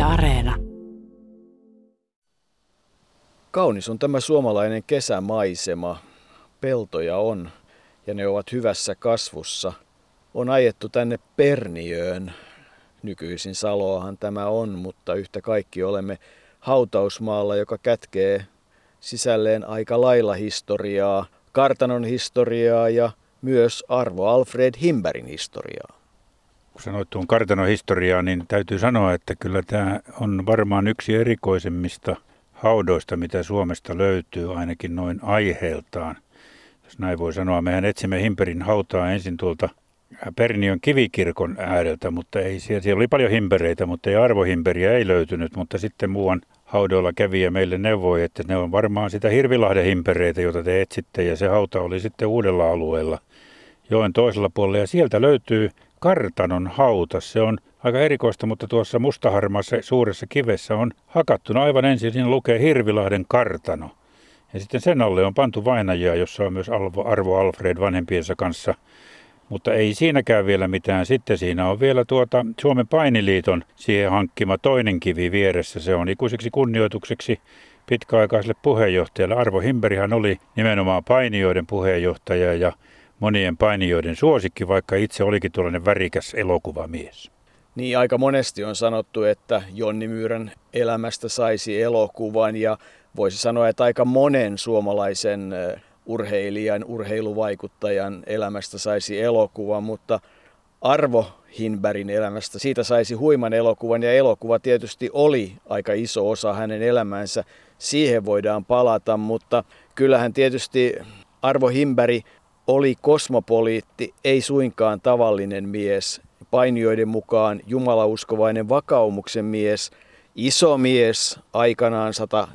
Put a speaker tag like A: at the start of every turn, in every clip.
A: Areena.
B: Kaunis on tämä suomalainen kesämaisema. Peltoja on ja ne ovat hyvässä kasvussa. On ajettu tänne Perniöön. Nykyisin Saloahan tämä on, mutta yhtä kaikki olemme hautausmaalla, joka kätkee sisälleen aika lailla historiaa, kartanon historiaa ja myös Arvo Alfred Himbergin historiaa.
C: Kun sanoit tuon kartanon historiaa, niin täytyy sanoa, että kyllä tämä on varmaan yksi erikoisemmista haudoista, mitä Suomesta löytyy, ainakin noin aiheeltaan. Jos näin voi sanoa, mehän etsimme Himbergin hautaa ensin tuolta Perniön kivikirkon ääreltä, mutta ei siellä oli paljon himpereitä, mutta ei Arvo Himbergia ei löytynyt, mutta sitten muuan haudoilla kävijä meille neuvoi, että ne on varmaan sitä Hirvilahden himpereitä, jota te etsitte, ja se hauta oli sitten uudella alueella joen toisella puolella, ja sieltä löytyy kartanon hauta. Se on aika erikoista, mutta tuossa mustaharmaassa suuressa kivessä on hakattuna aivan ensin, siinä lukee Hirvilahden kartano. Ja sitten sen alle on pantu vainajaa, jossa on myös Arvo Alfred vanhempiensa kanssa. Mutta ei siinäkään vielä mitään. Sitten siinä on vielä Suomen painiliiton siihen hankkima toinen kivi vieressä. Se on ikuiseksi kunnioitukseksi pitkäaikaiselle puheenjohtajalle. Arvo Himberghän oli nimenomaan painijoiden puheenjohtaja ja monien painijoiden suosikki, vaikka itse olikin tuollainen värikäs elokuvamies.
B: Niin, aika monesti on sanottu, että Jonni Myyrän elämästä saisi elokuvan ja voisi sanoa, että aika monen suomalaisen urheilijan, urheiluvaikuttajan elämästä saisi elokuvan, mutta Arvo Himbergin elämästä siitä saisi huiman elokuvan ja elokuva tietysti oli aika iso osa hänen elämänsä. Siihen voidaan palata, mutta kyllähän tietysti Arvo Himberg oli kosmopoliitti, ei suinkaan tavallinen mies. Painijoiden mukaan jumalauskovainen vakaumuksen mies, iso mies, aikanaan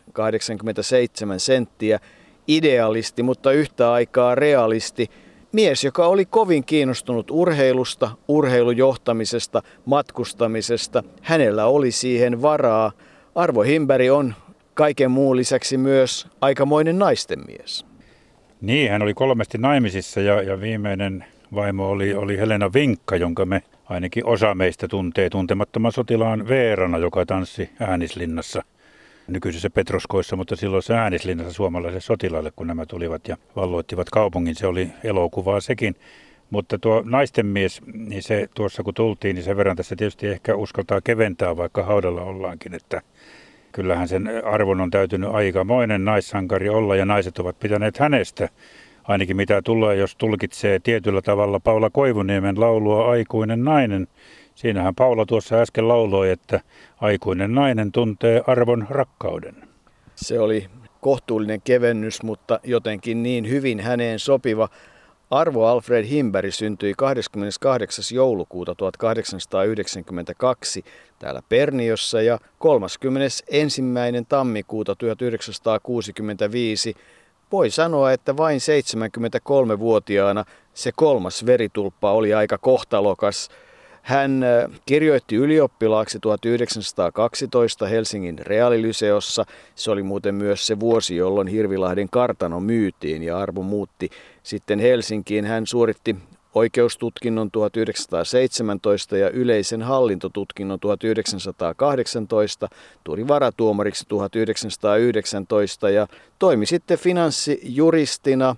B: 187 senttiä, idealisti, mutta yhtä aikaa realisti. Mies, joka oli kovin kiinnostunut urheilusta, urheilujohtamisesta, matkustamisesta. Hänellä oli siihen varaa. Arvo Himberg on kaiken muun lisäksi myös aikamoinen naistenmies.
C: Niin, hän oli 3 naimisissa ja viimeinen vaimo oli Helena Vinkka, jonka me ainakin osa meistä tuntee tuntemattoman sotilaan Veerana, joka tanssi Äänislinnassa. Nykyisessä Petroskoissa, mutta silloin se Äänislinnassa suomalaisille sotilaille, kun nämä tulivat ja valloittivat kaupungin. Se oli elokuvaa sekin. Mutta tuo naistenmies, niin se tuossa kun tultiin, niin sen verran tässä tietysti ehkä uskaltaa keventää, vaikka haudalla ollaankin, että kyllähän sen Arvon on täytynyt aikamoinen naissankari olla ja naiset ovat pitäneet hänestä. Ainakin mitä tulee, jos tulkitsee tietyllä tavalla Paula Koivuniemen laulua Aikuinen nainen. Siinähän Paula tuossa äsken lauloi, että aikuinen nainen tuntee Arvon rakkauden.
B: Se oli kohtuullinen kevennys, mutta jotenkin niin hyvin häneen sopiva. Arvo Alfred Himberg syntyi 28. joulukuuta 1892 täällä Perniössä ja 31. tammikuuta 1965. Voi sanoa, että vain 73-vuotiaana se 3. veritulppa oli aika kohtalokas. Hän kirjoitti ylioppilaaksi 1912 Helsingin reaalilyseossa. Se oli muuten myös se vuosi, jolloin Hirvilahden kartano myytiin ja Arvo muutti sitten Helsinkiin. Hän suoritti oikeustutkinnon 1917 ja yleisen hallintotutkinnon 1918, tuli varatuomariksi 1919 ja toimi sitten finanssijuristina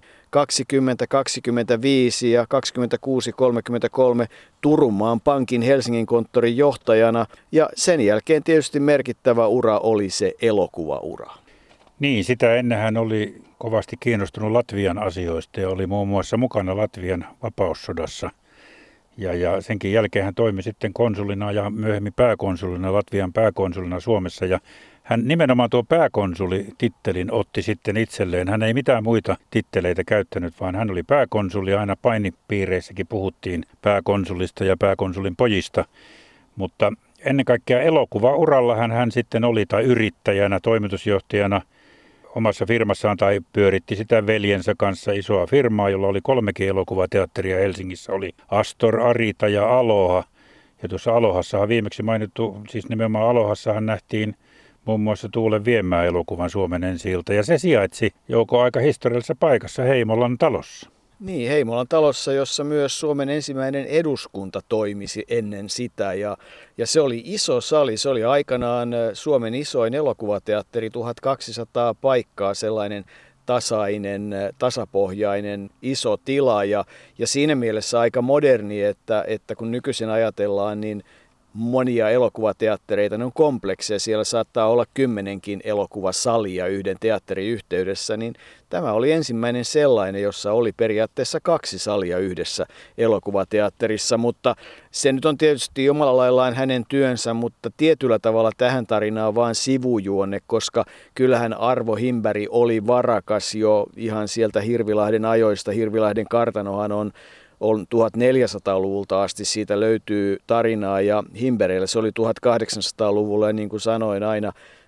B: 20-25 ja 26-33 Turunmaan pankin Helsingin konttorin johtajana ja sen jälkeen tietysti merkittävä ura oli se elokuvaura.
C: Niin, sitä ennen hän oli kovasti kiinnostunut Latvian asioista ja oli muun muassa mukana Latvian vapaussodassa. Ja senkin jälkeen hän toimi sitten konsulina ja myöhemmin pääkonsulina, Latvian pääkonsulina Suomessa. Ja hän nimenomaan tuo pääkonsulitittelin otti sitten itselleen. Hän ei mitään muita titteleitä käyttänyt, vaan hän oli pääkonsuli. Aina painipiireissäkin puhuttiin pääkonsulista ja pääkonsulin pojista. Mutta ennen kaikkea elokuvauralla hän sitten oli tai yrittäjänä, toimitusjohtajana omassa firmassaan tai pyöritti sitä veljensä kanssa isoa firmaa, jolla oli 3 elokuvateatteria Helsingissä. Oli Astor, Arita ja Aloha. Ja tuossa Alohassahan viimeksi mainittu, siis nimenomaan Alohassahan nähtiin muun muassa Tuulen viemää elokuvan Suomen ensi-ilta. Ja se sijaitsi aika historiallisessa paikassa Heimolan talossa.
B: Niin, Heimolan talossa, jossa myös Suomen ensimmäinen eduskunta toimisi ennen sitä. Ja se oli iso sali, se oli aikanaan Suomen isoin elokuvateatteri, 1200 paikkaa, sellainen tasainen, tasapohjainen, iso tila. Ja siinä mielessä aika moderni, että kun nykyisin ajatellaan, niin monia elokuvateattereita, ne on komplekseja, siellä saattaa olla 10 elokuvasalia yhden teatterin yhteydessä, niin tämä oli ensimmäinen sellainen, jossa oli periaatteessa 2 salia yhdessä elokuvateatterissa, mutta se nyt on tietysti omalla laillaan hänen työnsä, mutta tietyllä tavalla tähän tarinaan vaan sivujuonne, koska kyllähän Arvo Himberg oli varakas jo ihan sieltä Hirvilahden ajoista. Hirvilahden kartanohan on 1400-luvulta asti, siitä löytyy tarinaa, ja Himbergillä se oli 1800-luvulla ja niin kuin sanoin aina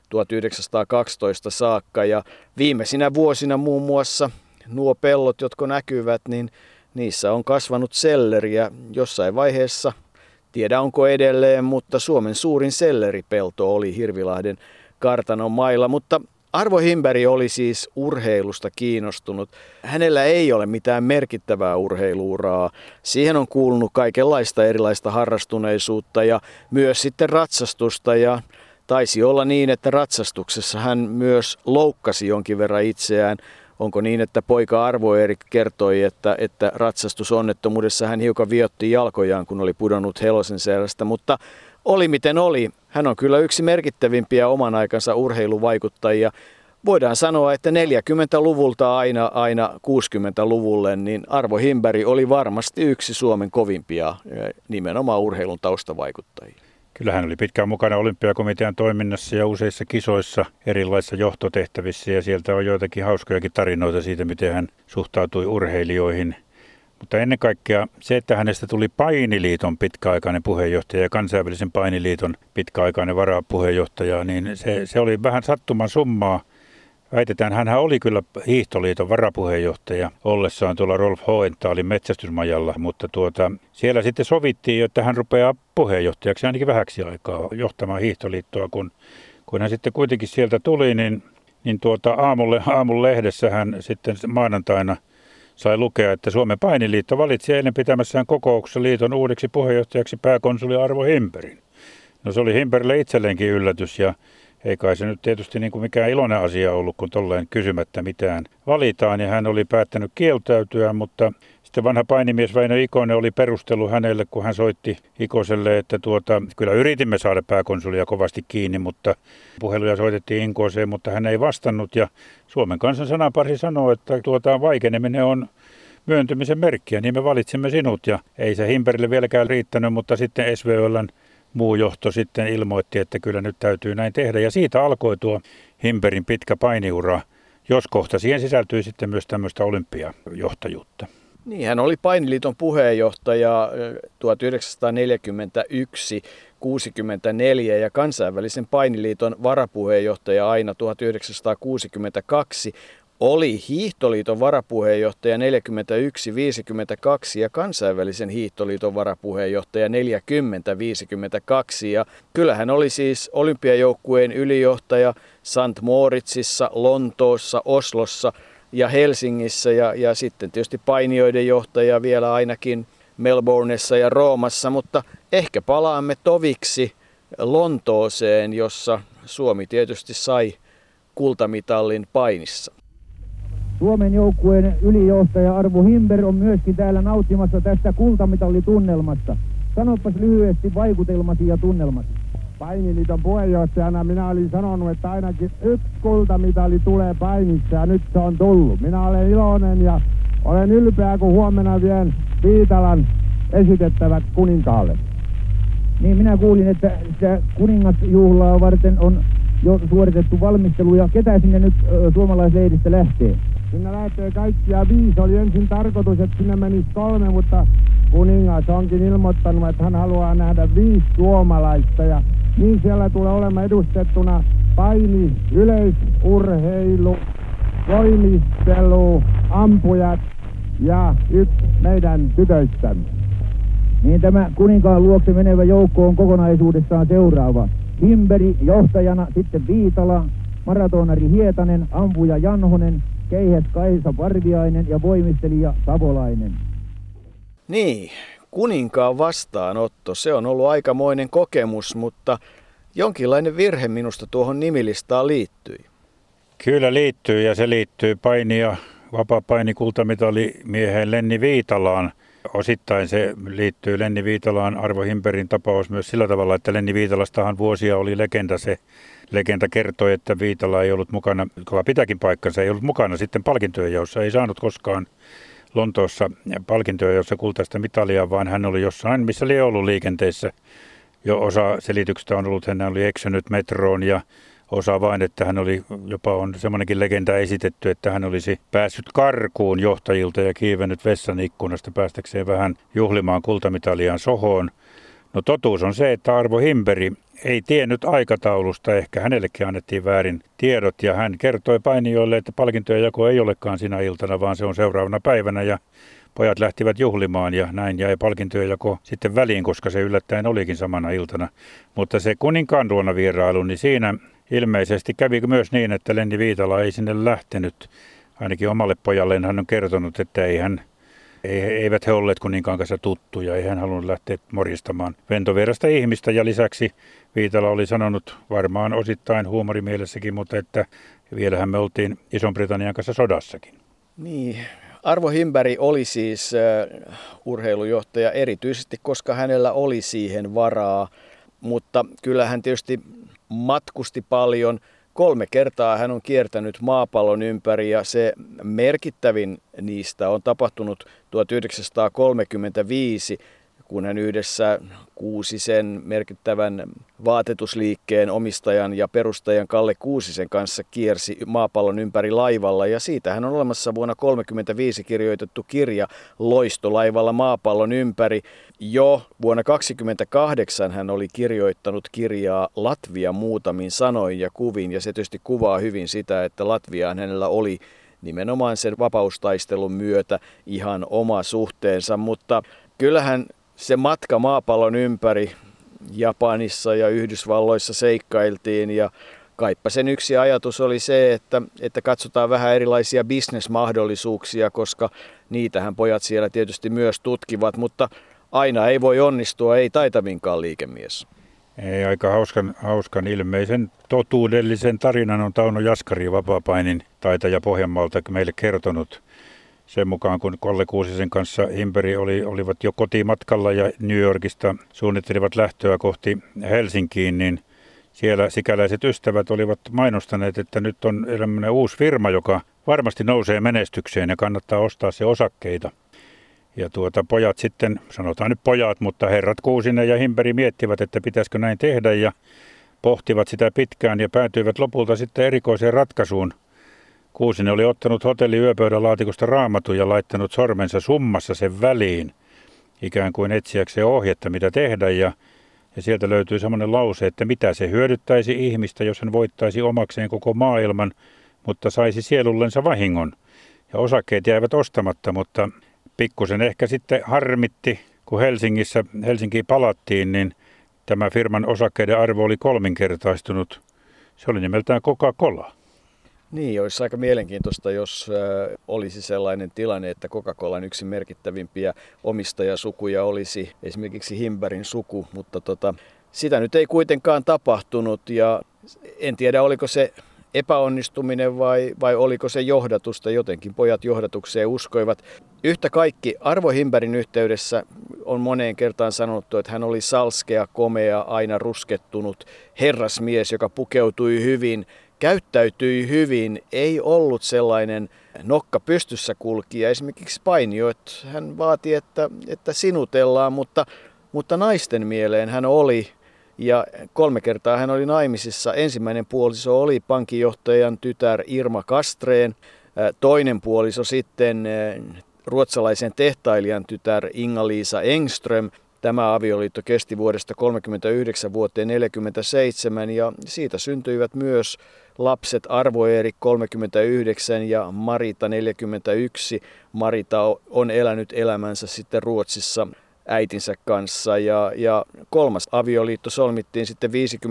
B: 1912 saakka, ja viimeisinä vuosina muun muassa nuo pellot, jotka näkyvät, niin niissä on kasvanut selleriä jossain vaiheessa, tiedä onko edelleen, mutta Suomen suurin selleripelto oli Hirvilahden kartanon mailla, mutta Arvo Himberg oli siis urheilusta kiinnostunut. Hänellä ei ole mitään merkittävää urheiluuraa. Siihen on kuulunut kaikenlaista erilaista harrastuneisuutta ja myös sitten ratsastusta. Ja taisi olla niin, että ratsastuksessa hän myös loukkasi jonkin verran itseään. Onko niin, että poika Arvo-Erik kertoi, että ratsastusonnettomuudessa hän hiukan viotti jalkojaan, kun oli pudonnut hevosen selästä, mutta oli miten oli. Hän on kyllä yksi merkittävimpiä oman aikansa urheiluvaikuttajia. Voidaan sanoa, että 40-luvulta aina 60-luvulle, niin Arvo Himberg oli varmasti yksi Suomen kovimpia nimenomaan urheilun taustavaikuttajia.
C: Kyllä hän oli pitkään mukana olympiakomitean toiminnassa ja useissa kisoissa erilaisissa johtotehtävissä, ja sieltä on joitakin hauskojakin tarinoita siitä, miten hän suhtautui urheilijoihin. Mutta ennen kaikkea se, että hänestä tuli Painiliiton pitkäaikainen puheenjohtaja ja kansainvälisen Painiliiton pitkäaikainen varapuheenjohtaja, niin se oli vähän sattuman summaa. Väitetään, hänhän oli kyllä Hiihtoliiton varapuheenjohtaja ollessaan tuolla Rolf Hohenthalin metsästysmajalla, mutta siellä sitten sovittiin, että hän rupeaa puheenjohtajaksi ainakin vähäksi aikaa johtamaan Hiihtoliittoa, kun hän sitten kuitenkin sieltä tuli, niin aamun lehdessä hän sitten maanantaina sai lukea, että Suomen Painiliitto valitsi eilen pitämässään kokouksessa liiton uudeksi puheenjohtajaksi pääkonsuli Arvo Himbergin. No se oli Himbergille itselleenkin yllätys, ja ei kai se nyt tietysti niin kuin mikään iloinen asia ollut, kun tolleen kysymättä mitään valitaan, ja hän oli päättänyt kieltäytyä, mutta sitten vanha painimies Väinö Ikonen oli perustelu hänelle, kun hän soitti Ikoselle, että kyllä yritimme saada pääkonsulia kovasti kiinni, mutta puheluja soitettiin Inkooseen, mutta hän ei vastannut, ja Suomen kansan sananparsi sanoo, että vaikeneminen on myöntymisen merkkiä, niin me valitsimme sinut, ja ei se Himbergille vieläkään riittänyt, mutta sitten SVOL:n muu johto sitten ilmoitti, että kyllä nyt täytyy näin tehdä, ja siitä alkoi tuo Himbergin pitkä painiura, jos kohta siihen sisältyi sitten myös tämmöistä olympiajohtajuutta.
B: Niin, hän oli Painiliiton puheenjohtaja 1941-64 ja kansainvälisen Painiliiton varapuheenjohtaja aina 1962. Oli Hiihtoliiton varapuheenjohtaja 41-52 ja kansainvälisen Hiihtoliiton varapuheenjohtaja 40-52. Ja kyllähän oli siis olympiajoukkueen ylijohtaja St. Moritzissa, Lontoossa, Oslossa ja Helsingissä ja sitten tietysti painijoiden johtaja vielä ainakin Melbourneissa ja Roomassa, mutta ehkä palaamme toviksi Lontooseen, jossa Suomi tietysti sai kultamitalin painissa.
A: Suomen joukkueen ylijohtaja Arvo Himberg on myöskin täällä nauttimassa tästä kultamitallitunnelmasta. Sanopas lyhyesti vaikutelmasi ja tunnelmasi.
D: Painiliiton puheenjohtajana minä olin sanonut, että ainakin 1 kultamitali tulee painissa, ja nyt se on tullut. Minä olen iloinen ja olen ylpeä, kun huomenna vien Viitalan esitettävät kuninkaalle.
A: Niin, minä kuulin, että sitä kuningasjuhlaa varten on jo suoritettu valmistelu, ja ketä sinne nyt suomalaislehdistä lähtee?
D: Sinne lähtee kaikkia 5. Oli ensin tarkoitus, että sinne menisi 3, mutta kuningas onkin ilmoittanut, että hän haluaa nähdä 5 suomalaista. Ja niin siellä tulee olemaan edustettuna paini, yleisurheilu, voimistelu, ampujat ja 1 meidän tytöistämme.
A: Niin tämä kuninkaan luokse menevä joukko on kokonaisuudessaan seuraava. Himberg johtajana, sitten Viitala, maratonari Hietanen, ampuja Janhonen, keihäs Kaisa Parviainen ja voimistelija Savolainen.
B: Niin, kuninkaan vastaanotto, se on ollut aikamoinen kokemus, mutta jonkinlainen virhe minusta tuohon nimilistaan liittyi.
C: Kyllä liittyy, ja se liittyy vapaapainikultamitalimiehän Lenni Viitalaan. Osittain se liittyy Lenni Viitalaan, Arvo Himbergin tapaus myös sillä tavalla, että Lenni Viitalastahan vuosia oli legenda. Se legenda kertoi, että Viitala ei ollut mukana, kova pitääkin paikkansa, ei ollut mukana sitten palkintojenjaossa, ei saanut koskaan Lontoossa palkintojenjaossa kultaista mitalia, vaan hän oli jossain, missä oli ollut liikenteessä. Jo osa selityksestä on ollut, hän oli eksynyt metroon ja osa vain, että hän oli, jopa on semmoinenkin legenda esitetty, että hän olisi päässyt karkuun johtajilta ja kiivennyt vessan ikkunasta päästäkseen vähän juhlimaan kultamitaliaan Sohoon. No totuus on se, että Arvo Himberg ei tiennyt aikataulusta, ehkä hänellekin annettiin väärin tiedot ja hän kertoi painijoille, että palkintojen jako ei olekaan sinä iltana, vaan se on seuraavana päivänä ja pojat lähtivät juhlimaan ja näin jäi palkintojen jako sitten väliin, koska se yllättäen olikin samana iltana. Mutta se kuninkaan luona vierailu, niin siinä ilmeisesti kävi myös niin, että Lenni Viitala ei sinne lähtenyt. Ainakin omalle pojalleen hän on kertonut, että eivät he olleet kuninkaan kanssa tuttuja. Ei hän halunnut lähteä morjistamaan ventovierasta ihmistä. Ja lisäksi Viitala oli sanonut varmaan osittain huumorimielessäkin, mutta että vielähän me oltiin Ison-Britannian kanssa sodassakin.
B: Niin, Arvo Himberg oli siis urheilujohtaja erityisesti, koska hänellä oli siihen varaa. Mutta kyllä hän tietysti matkusti paljon. 3 kertaa hän on kiertänyt maapallon ympäri ja se merkittävin niistä on tapahtunut 1935, kun hän yhdessä Kuusisen merkittävän vaatetusliikkeen omistajan ja perustajan Kalle Kuusisen kanssa kiersi maapallon ympäri laivalla. Ja siitä hän on olemassa vuonna 1935 kirjoitettu kirja Loistolaivalla maapallon ympäri. Jo vuonna 1928 hän oli kirjoittanut kirjaa Latvia muutamin sanoin ja kuvin. Ja se tietysti kuvaa hyvin sitä, että Latviaan hänellä oli nimenomaan sen vapaustaistelun myötä ihan oma suhteensa, mutta kyllähän se matka maapallon ympäri Japanissa ja Yhdysvalloissa seikkailtiin ja kaipa sen yksi ajatus oli se, että katsotaan vähän erilaisia bisnesmahdollisuuksia, koska niitähän pojat siellä tietysti myös tutkivat, mutta aina ei voi onnistua, ei taitavinkaan liikemies.
C: Ei, aika hauskan ilmeisen totuudellisen tarinan on Tauno Jaskari, vapaapainin taitaja Pohjanmaalta, meille kertonut. Sen mukaan, kun Kalle Kuusisen kanssa Himberg olivat jo kotimatkalla ja New Yorkista suunnittelivat lähtöä kohti Helsinkiin, niin siellä sikäläiset ystävät olivat mainostaneet, että nyt on eläminen uusi firma, joka varmasti nousee menestykseen ja kannattaa ostaa se osakkeita. Ja pojat sitten, sanotaan nyt pojat, mutta herrat Kuusinen ja Himberg miettivät, että pitäisikö näin tehdä ja pohtivat sitä pitkään ja päätyivät lopulta sitten erikoiseen ratkaisuun. Kuusinen oli ottanut hotelliyöpöydän laatikosta raamatun ja laittanut sormensa summassa sen väliin, ikään kuin etsiäkseen ohjetta, mitä tehdä. Ja sieltä löytyy semmoinen lause, että mitä se hyödyttäisi ihmistä, jos hän voittaisi omakseen koko maailman, mutta saisi sielullensa vahingon. Ja osakkeet jäivät ostamatta, mutta pikkusen ehkä sitten harmitti, kun Helsinkiin palattiin, niin tämä firman osakkeiden arvo oli 3-kertaistunut. Se oli nimeltään Coca-Cola.
B: Niin, olisi aika mielenkiintoista, jos olisi sellainen tilanne, että Coca-Colan yksi merkittävimpiä omistajasukuja olisi esimerkiksi Himbergin suku, mutta sitä nyt ei kuitenkaan tapahtunut ja en tiedä, oliko se epäonnistuminen vai oliko se johdatusta, jotenkin pojat johdatukseen uskoivat. Yhtä kaikki Arvo Himbergin yhteydessä on moneen kertaan sanottu, että hän oli salskea, komea, aina ruskettunut herrasmies, joka pukeutui hyvin, käyttäytyi hyvin, ei ollut sellainen nokka pystyssä kulkija. Esimerkiksi painijoit, hän vaati, että sinutellaan, mutta naisten mieleen hän oli. Ja 3 kertaa hän oli naimisissa. Ensimmäinen puoliso oli pankinjohtajan tytär Irma Kastreen, toinen puoliso sitten ruotsalaisen tehtailijan tytär Inga-Liisa Engström. Tämä avioliitto kesti vuodesta 1939 vuoteen 1947 ja siitä syntyivät myös lapset Arvo-Erik 39 ja Marita 41. Marita on elänyt elämänsä sitten Ruotsissa äitinsä kanssa ja kolmas avioliitto solmittiin sitten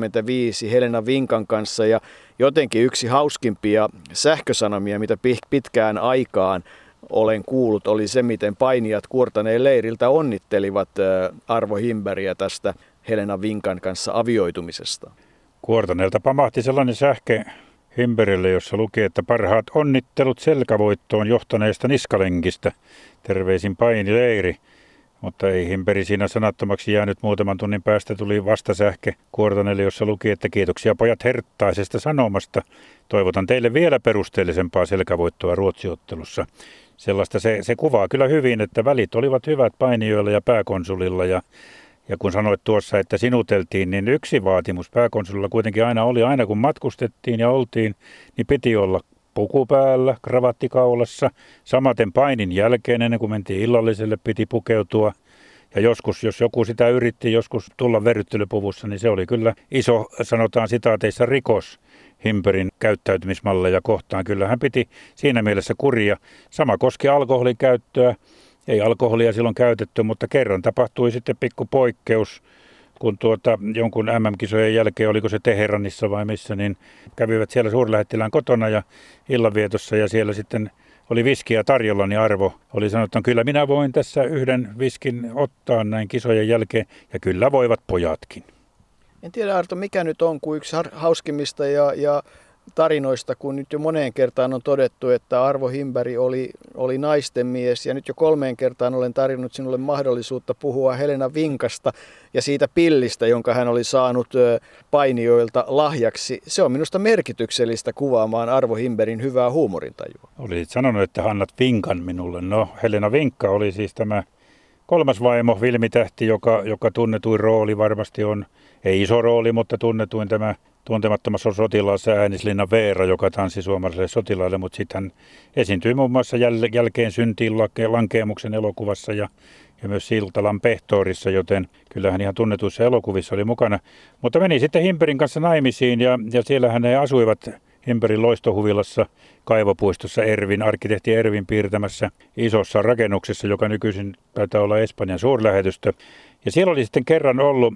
B: 55 Helena Vinkan kanssa ja jotenkin yksi hauskimpia sähkösanomia, mitä pitkään aikaan olen kuullut, oli se, miten painijat Kuortaneen leiriltä onnittelivat Arvo Himberiä tästä Helena Vinkan kanssa avioitumisesta.
C: Kuortaneelta pamahti sellainen sähke Himberille, jossa luki, että parhaat onnittelut selkävoittoon johtaneesta niskalenkistä. Terveisin painileiri. Mutta ei Himberi siinä sanattomaksi jäänyt. Muutaman tunnin päästä tuli vastasähke Kuortaneelle, jossa luki, että kiitoksia pojat herttaisesta sanomasta. Toivotan teille vielä perusteellisempaa selkävoittoa Ruotsiottelussa. Sellaista se kuvaa kyllä hyvin, että välit olivat hyvät painijoilla ja pääkonsulilla ja kun sanoit tuossa, että sinuteltiin, niin yksi vaatimus pääkonsulilla kuitenkin aina oli, aina kun matkustettiin ja oltiin, niin piti olla puku päällä, kravatti kaulassa. Samaten painin jälkeen, ennen kuin mentiin illalliselle, piti pukeutua. Ja joskus, jos joku sitä yritti joskus tulla verryttelypuvussa, niin se oli kyllä iso, sanotaan sitaateissa, rikos Himberin käyttäytymismalleja kohtaan. Kyllä hän piti siinä mielessä kuria. Sama koski alkoholin käyttöä. Ei alkoholia silloin käytetty, mutta kerran tapahtui sitten pikku poikkeus, kun jonkun MM-kisojen jälkeen, oliko se Teheranissa vai missä, niin kävivät siellä suurlähettilään kotona ja illanvietossa ja siellä sitten oli viskiä tarjolla, niin Arvo oli sanonut, että kyllä minä voin tässä yhden viskin ottaa näin kisojen jälkeen ja kyllä voivat pojatkin.
B: En tiedä, Arto, mikä nyt on kuin yksi hauskimmista ja tarinoista, kun nyt jo moneen kertaan on todettu, että Arvo Himberi oli naisten mies ja nyt jo 3 kertaan olen tarjonnut sinulle mahdollisuutta puhua Helena Vinkasta ja siitä pillistä, jonka hän oli saanut painijoilta lahjaksi. Se on minusta merkityksellistä kuvaamaan Arvo Himberin hyvää huumorintajua.
C: Olisit sanonut, että annat Vinkan minulle. No, Helena Vinkka oli siis tämä 3. vaimo, filmitähti, joka tunnetuin rooli varmasti on, ei iso rooli, mutta tunnetuin tämä tuntemattomassa sotilaassa Äänislinnan Veera, joka tanssi suomalaiselle sotilaille, mutta sitten hän esiintyi muun muassa Jälkeen syntiin lankeemuksen elokuvassa ja myös Siltalan Pehtorissa, joten kyllähän ihan tunnetuissa elokuvissa oli mukana. Mutta meni sitten Himberin kanssa naimisiin ja siellähän he asuivat Himberin loistohuvilassa Kaivopuistossa arkkitehti Ervin piirtämässä isossa rakennuksessa, joka nykyisin taitaa olla Espanjan suurlähetystö. Ja siellä oli sitten kerran ollut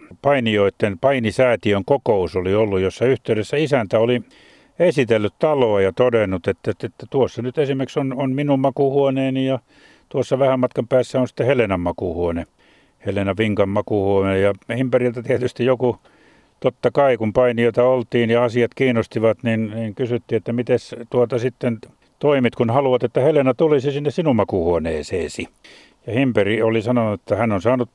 C: painisäätiön kokous oli ollut, jossa yhteydessä isäntä oli esitellyt taloa ja todennut, että tuossa nyt esimerkiksi on minun makuuhuoneeni ja tuossa vähän matkan päässä on sitten Helenan makuuhuone, Helena Vinkan makuuhuone. Ja Himberiltä tietysti joku, totta kai kun painijoita oltiin ja asiat kiinnostivat, niin kysyttiin, että miten sitten toimit, kun haluat, että Helena tulisi sinne sinun makuuhuoneeseesi. Ja Himberi oli sanonut, että hän on saanut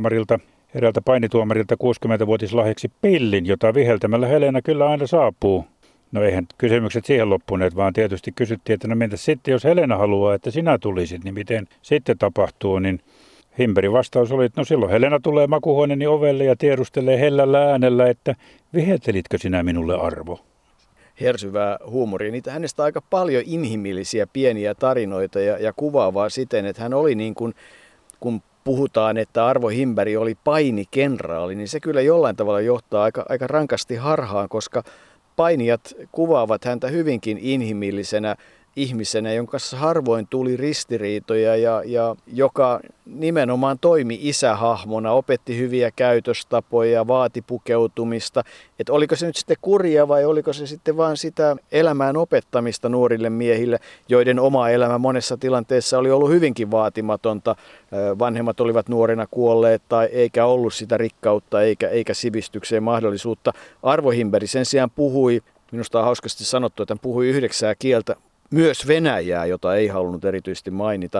C: eräältä painituomarilta 60-vuotislahjaksi pillin, jota viheltämällä Helena kyllä aina saapuu. No eihän kysymykset siihen loppuneet, vaan tietysti kysyttiin, että no mitäs sitten, jos Helena haluaa, että sinä tulisit, niin miten sitten tapahtuu, niin Himberin vastaus oli, että no silloin Helena tulee makuuhuoneeni ovelle ja tiedustelee hellällä äänellä, että viheltelitkö sinä minulle, Arvo?
B: Hersyvää huumoria. Niitä hänestä aika paljon inhimillisiä pieniä tarinoita ja kuvaavaa siten, että hän oli niin kuin, kun puhutaan, että Arvo Himberi oli painikenraali, niin se kyllä jollain tavalla johtaa aika rankasti harhaan, koska painijat kuvaavat häntä hyvinkin inhimillisenä ihmisenä, jonka kanssa harvoin tuli ristiriitoja ja joka nimenomaan toimi isähahmona, opetti hyviä käytöstapoja, vaati pukeutumista. Että oliko se nyt sitten kurja vai oliko se sitten vaan sitä elämään opettamista nuorille miehille, joiden oma elämä monessa tilanteessa oli ollut hyvinkin vaatimatonta. Vanhemmat olivat nuorena kuolleet tai eikä ollut sitä rikkautta eikä sivistykseen mahdollisuutta. Arvo Himberi sen sijaan puhui, minusta on hauskasti sanottu, että hän puhui 9 kieltä. Myös venäjää, jota ei halunnut erityisesti mainita.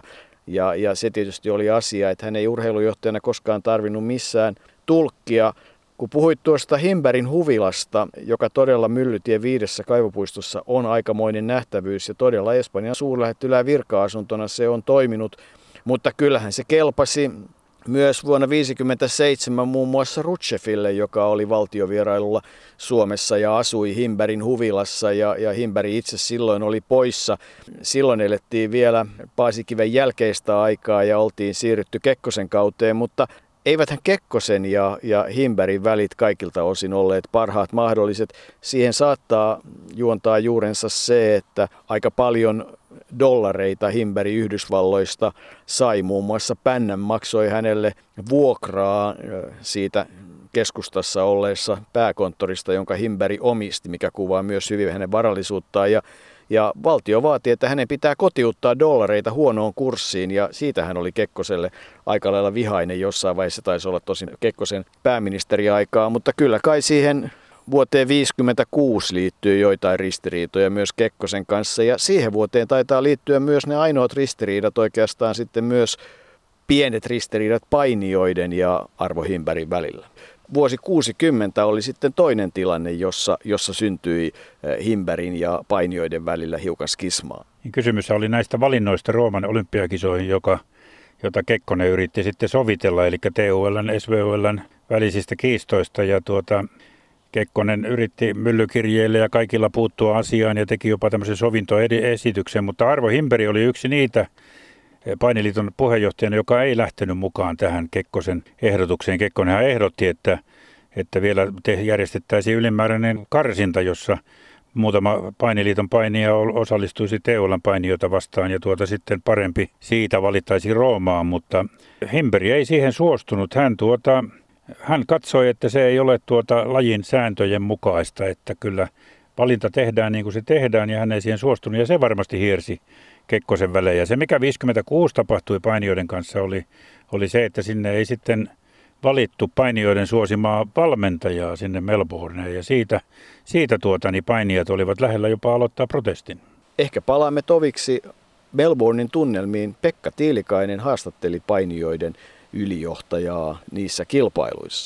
B: Ja se tietysti oli asia, että hän ei urheilujohtajana koskaan tarvinnut missään tulkkia. Kun puhuit tuosta Himberin huvilasta, joka todella Myllytien 5. kaivopuistossa on aikamoinen nähtävyys ja todella Espanjan suurlähettilään virka-asuntona se on toiminut. Mutta kyllähän se kelpasi myös vuonna 1957 muun muassa Rutschefille, joka oli valtiovierailulla Suomessa ja asui Himberin huvilassa ja Himberi itse silloin oli poissa. Silloin elettiin vielä Paasikiven jälkeistä aikaa ja oltiin siirrytty Kekkosen kauteen, mutta eiväthän Kekkosen ja Himberin välit kaikilta osin olleet parhaat mahdolliset. Siihen saattaa juontaa juurensa se, että aika paljon dollareita Himberg Yhdysvalloista sai. Muun muassa Pännän maksoi hänelle vuokraa siitä keskustassa olleessa pääkonttorista, jonka Himberg omisti, mikä kuvaa myös hyvin hänen varallisuuttaan. Ja valtio vaati, että hänen pitää kotiuttaa dollareita huonoon kurssiin, ja siitä hän oli Kekkoselle aika lailla vihainen. Jossain vaiheessa taisi olla tosin Kekkosen pääministeriaikaa, mutta kyllä kai siihen vuoteen 1956 liittyy joitain ristiriitoja myös Kekkosen kanssa, ja siihen vuoteen taitaa liittyä myös ne ainoat ristiriidat, oikeastaan sitten myös pienet ristiriidat painijoiden ja Arvo Himbergin välillä. Vuosi 60 oli sitten toinen tilanne, jossa syntyi Himbergin ja painijoiden välillä hiukan skismaa.
C: Kysymys oli näistä valinnoista Rooman olympiakisoihin, jota Kekkonen yritti sitten sovitella, eli TUL:n, SVUL:n välisistä kiistoista. Ja Kekkonen yritti myllykirjeille ja kaikilla puuttua asiaan ja teki jopa tämmöisen sovintoesityksen, mutta Arvo Himberg oli yksi niitä painiliiton puheenjohtajana, joka ei lähtenyt mukaan tähän Kekkosen ehdotukseen. Kekkonenhan ehdotti, että vielä järjestettäisiin ylimääräinen karsinta, jossa muutama painiliiton painija osallistuisi TUL:n painijoita vastaan ja sitten parempi siitä valittaisiin Roomaan, mutta Himberg ei siihen suostunut. Hän katsoi, että se ei ole lajin sääntöjen mukaista, että kyllä valinta tehdään niin kuin se tehdään ja hän ei siihen suostunut ja se varmasti hiersi Kekkosen välejä. Se mikä 56 tapahtui painijoiden kanssa oli se, että sinne ei sitten valittu painijoiden suosimaa valmentajaa sinne Melbourneen ja siitä painijat olivat lähellä jopa aloittaa protestin.
B: Ehkä palaamme toviksi Melbournen tunnelmiin. Pekka Tiilikainen haastatteli painijoiden ylijohtajaa niissä kilpailuissa.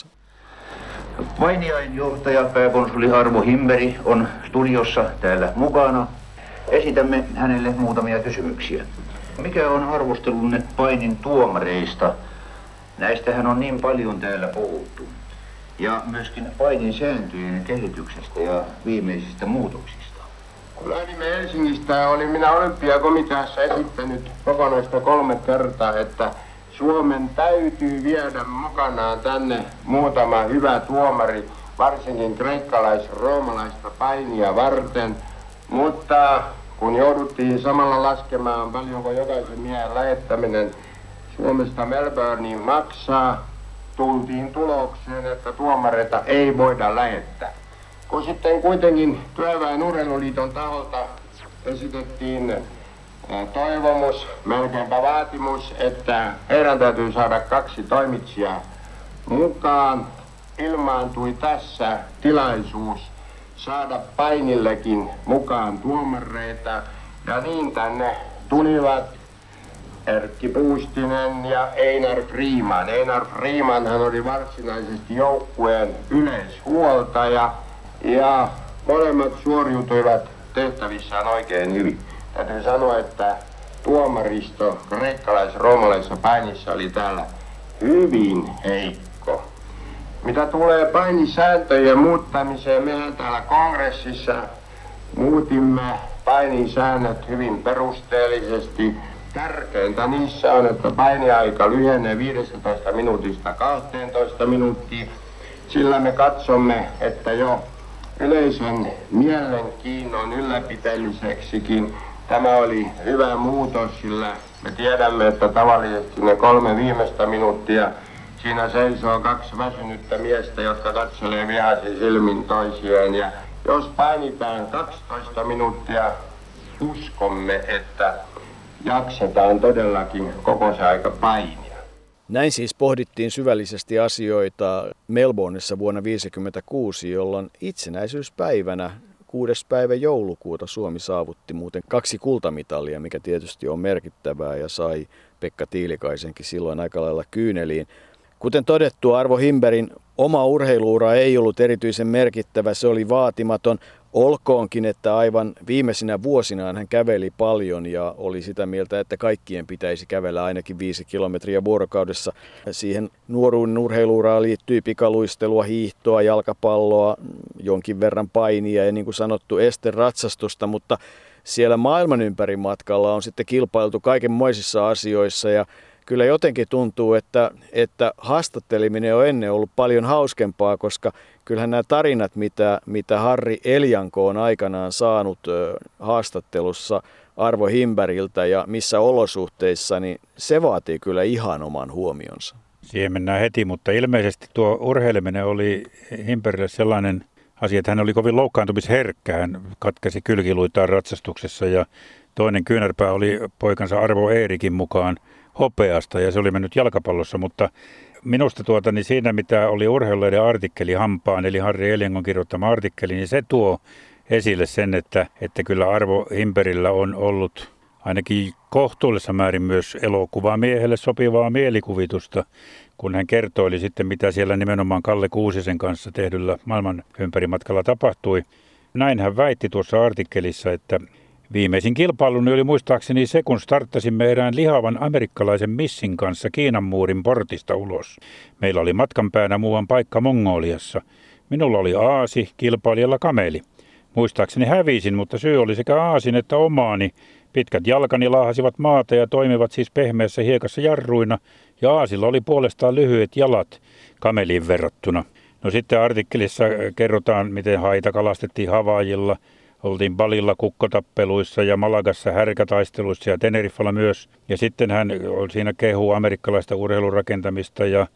E: Painijain johtaja pääkonsuli Arvo Himberg on studiossa täällä mukana. Esitämme hänelle muutamia kysymyksiä. Mikä on arvostelunne painin tuomareista? Näistähän on niin paljon täällä puhuttu. Ja myöskin painin sääntöjen kehityksestä ja viimeisistä muutoksista.
D: Kun lähdimme Helsingistä, olin minä olympiakomiteassa esittänyt kokonaista 3 kertaa, että Suomen täytyy viedä mukanaan tänne muutama hyvä tuomari, varsinkin kreikkalais-roomalaista painia varten. Mutta kun jouduttiin samalla laskemaan paljonko jokaisen miehen lähettäminen Suomesta Melbourneen maksaa, tultiin tulokseen, että tuomareita ei voida lähettää. Kun sitten kuitenkin Työväen Urheiluliiton taholta esitettiin toivomus, melkeinpä vaatimus, että heidän täytyy saada 2 toimitsijaa mukaan, ilmaantui tässä tilaisuus saada painillekin mukaan tuomareita ja niin tänne tulivat Erkki Puustinen ja Einar Freeman. Einar Freeman hän oli varsinaisesti joukkueen yleishuoltaja ja molemmat suoriutuivat tehtävissään oikein hyvin. Täytyy sanoa, että tuomaristo kreikkalais-roomalaisessa painissa oli täällä hyvin heikko. Mitä tulee painisääntöjen muuttamiseen, mehän täällä kongressissa muutimme painisäännöt hyvin perusteellisesti. Tärkeintä niissä on, että painiaika lyhenee 15 minuutista 12 minuuttiin. Sillä me katsomme, että jo yleisön mielenkiinnon ylläpitämiseksikin tämä oli hyvä muutos, sillä me tiedämme, että tavallisesti ne 3 viimeistä minuuttia siinä seisoo 2 väsynyttä miestä, jotka katselee vihaisin silmin toisiaan. Ja jos painitaan 12 minuuttia, uskomme, että jaksetaan todellakin koko se aika painia.
B: Näin siis pohdittiin syvällisesti asioita Melbournessa vuonna 1956, jolloin itsenäisyyspäivänä 6. päivä joulukuuta Suomi saavutti muuten 2 kultamitalia, mikä tietysti on merkittävää ja sai Pekka Tiilikaisenkin silloin aika lailla kyyneliin. Kuten todettu, Arvo Himbergin oma urheiluura ei ollut erityisen merkittävä, se oli vaatimaton. Olkoonkin, että aivan viimeisinä vuosinaan hän käveli paljon ja oli sitä mieltä, että kaikkien pitäisi kävellä ainakin 5 kilometriä vuorokaudessa. Siihen nuoruuden urheiluuraan liittyi pikaluistelua, hiihtoa, jalkapalloa, jonkin verran painia ja niin kuin sanottu esteratsastusta, mutta siellä maailman ympäri matkalla on sitten kilpailtu kaikenmoisissa asioissa ja kyllä jotenkin tuntuu, että haastatteleminen on ennen ollut paljon hauskempaa, koska kyllähän nämä tarinat, mitä Harri Eljanko on aikanaan saanut haastattelussa Arvo Himberiltä ja missä olosuhteissa, niin se vaatii kyllä ihan oman huomionsa.
C: Siihen mennään heti, mutta ilmeisesti tuo urheileminen oli Himberille sellainen asia, että hän oli kovin loukkaantumisherkkä. Hän katkesi kylkiluitaan ratsastuksessa ja toinen kyynärpää oli poikansa Arvo Eerikin mukaan hopeasta ja se oli mennyt jalkapallossa, mutta minusta niin siinä mitä oli urheiluiden artikkeli Hampaan, eli Harri Elengon kirjoittama artikkeli, niin se tuo esille sen, että kyllä Arvo Himberillä on ollut ainakin kohtuullisessa määrin myös elokuvamiehelle sopivaa mielikuvitusta, kun hän kertoili sitten, mitä siellä nimenomaan Kalle Kuusisen kanssa tehdyllä maailman ympärimatkalla tapahtui. Näin hän väitti tuossa artikkelissa, että viimeisin kilpailuni oli muistaakseni se, kun starttasimme erään lihavan amerikkalaisen missin kanssa Kiinan muurin portista ulos. Meillä oli matkan päänä muuan paikka Mongoliassa. Minulla oli aasi, kilpailijalla kameli. Muistaakseni hävisin, mutta syy oli sekä aasin että omaani. Pitkät jalkani laahasivat maata ja toimivat siis pehmeässä hiekassa jarruina, ja aasilla oli puolestaan lyhyet jalat kameliin verrattuna. No sitten artikkelissa kerrotaan, miten haita kalastettiin Havaijilla, oltiin Balilla kukkotappeluissa ja Malagassa härkätaisteluissa ja Teneriffalla myös. Ja sitten hän siinä kehuu amerikkalaista urheilurakentamista ja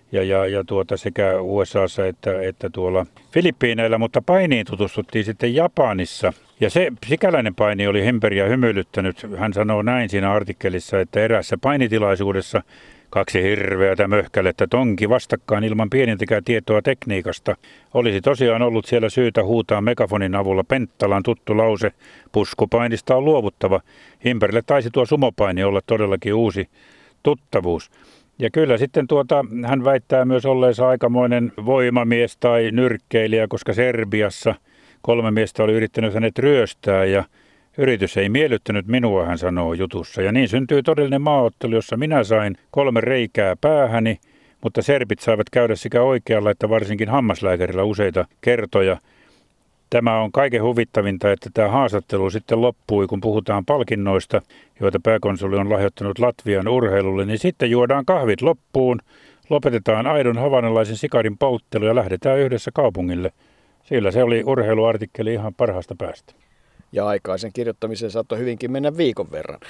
C: sekä USAssa että tuolla Filippiineillä, mutta painiin tutustuttiin sitten Japanissa. Ja se sikäläinen paini oli Himberiä hymyilyttänyt. Hän sanoo näin siinä artikkelissa, että eräässä painitilaisuudessa 2 hirveätä möhkälettä tonki vastakkain ilman pienintäkään tietoa tekniikasta. Olisi tosiaan ollut siellä syytä huutaa megafonin avulla Penttalan tuttu lause, puskupainista on luovuttava. Himberille taisi tuo sumopaini olla todellakin uusi tuttavuus. Ja kyllä sitten hän väittää myös olleensa aikamoinen voimamies tai nyrkkeilijä, koska Serbiassa 3 miestä oli yrittänyt hänet ryöstää ja yritys ei miellyttänyt minua, hän sanoo jutussa. Ja niin syntyi todellinen maaottelu, jossa minä sain 3 reikää päähäni, mutta serbit saivat käydä sekä oikealla että varsinkin hammaslääkärillä useita kertoja. Tämä on kaiken huvittavinta, että tämä haastattelu sitten loppui, kun puhutaan palkinnoista, joita pääkonsuli on lahjoittanut Latvian urheilulle, niin sitten juodaan kahvit loppuun, lopetetaan aidon havainnolaisen sikarin polttelu ja lähdetään yhdessä kaupungille. Sillä se oli urheiluartikkeli ihan parhaasta päästä.
B: Ja aikaisen kirjoittamiseen saattoi hyvinkin mennä viikon verran.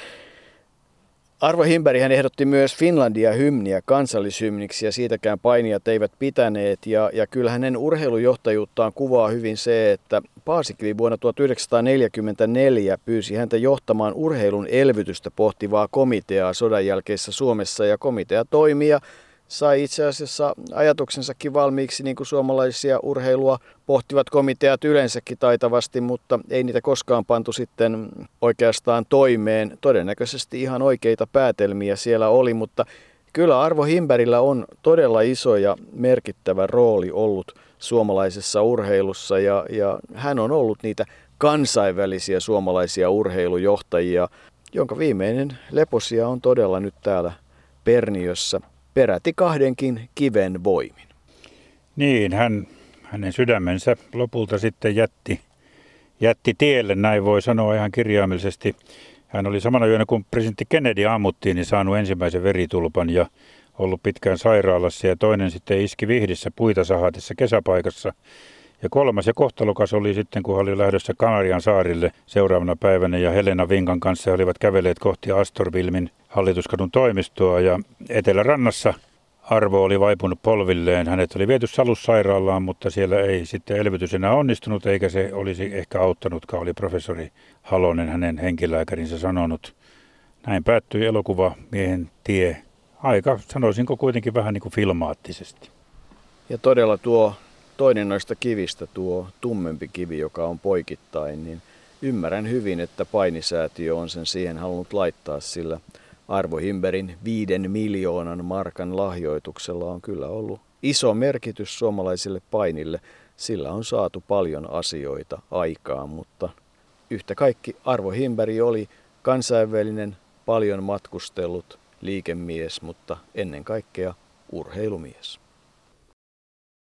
B: Arvo Himberg hän ehdotti myös Finlandia-hymniä kansallishymniksi ja siitäkään painijat eivät pitäneet. Ja kyllä hänen urheilujohtajuuttaan kuvaa hyvin se, että Paasikivi vuonna 1944 pyysi häntä johtamaan urheilun elvytystä pohtivaa komiteaa sodan jälkeisessä Suomessa ja komitea toimi ja sai itse asiassa ajatuksensakin valmiiksi, niin kuin suomalaisia urheilua pohtivat komiteat yleensäkin taitavasti, mutta ei niitä koskaan pantu sitten oikeastaan toimeen. Todennäköisesti ihan oikeita päätelmiä siellä oli, mutta kyllä Arvo Himbergillä on todella iso ja merkittävä rooli ollut suomalaisessa urheilussa ja hän on ollut niitä kansainvälisiä suomalaisia urheilujohtajia, jonka viimeinen leposija on todella nyt täällä Perniössä. Peräti 2 kiven voimin.
C: Niin, hänen sydämensä lopulta sitten jätti tielle, näin voi sanoa ihan kirjaimellisesti. Hän oli samana yönä, kun presidentti Kennedy ammuttiin, niin saanut ensimmäisen veritulpan ja ollut pitkään sairaalassa. Ja toinen sitten iski Vihdissä puita sahatessa kesäpaikassa. Ja 3. ja kohtalokas oli sitten, kun hän oli lähdössä Kanarian saarille seuraavana päivänä ja Helena Vinkan kanssa he olivat kävelleet kohti Astorbilmin hallituskadun toimistoa ja Etelärannassa Arvo oli vaipunut polvilleen. Hänet oli viety Salussairaalaan, mutta siellä ei sitten elvytys enää onnistunut eikä se olisi ehkä auttanutkaan, oli professori Halonen hänen henkilääkärinsä sanonut. Näin päättyi elokuvamiehen tie. Aika, sanoisinko kuitenkin vähän niin kuin filmaattisesti.
B: Ja todella tuo toinen noista kivistä, tuo tummempi kivi, joka on poikittain, niin ymmärrän hyvin, että painisäätiö on sen siihen halunnut laittaa, sillä Arvo Himbergin 5 miljoonan markan lahjoituksella on kyllä ollut iso merkitys suomalaisille painille. Sillä on saatu paljon asioita aikaan, mutta yhtä kaikki Arvo Himberg oli kansainvälinen, paljon matkustellut liikemies, mutta ennen kaikkea urheilumies.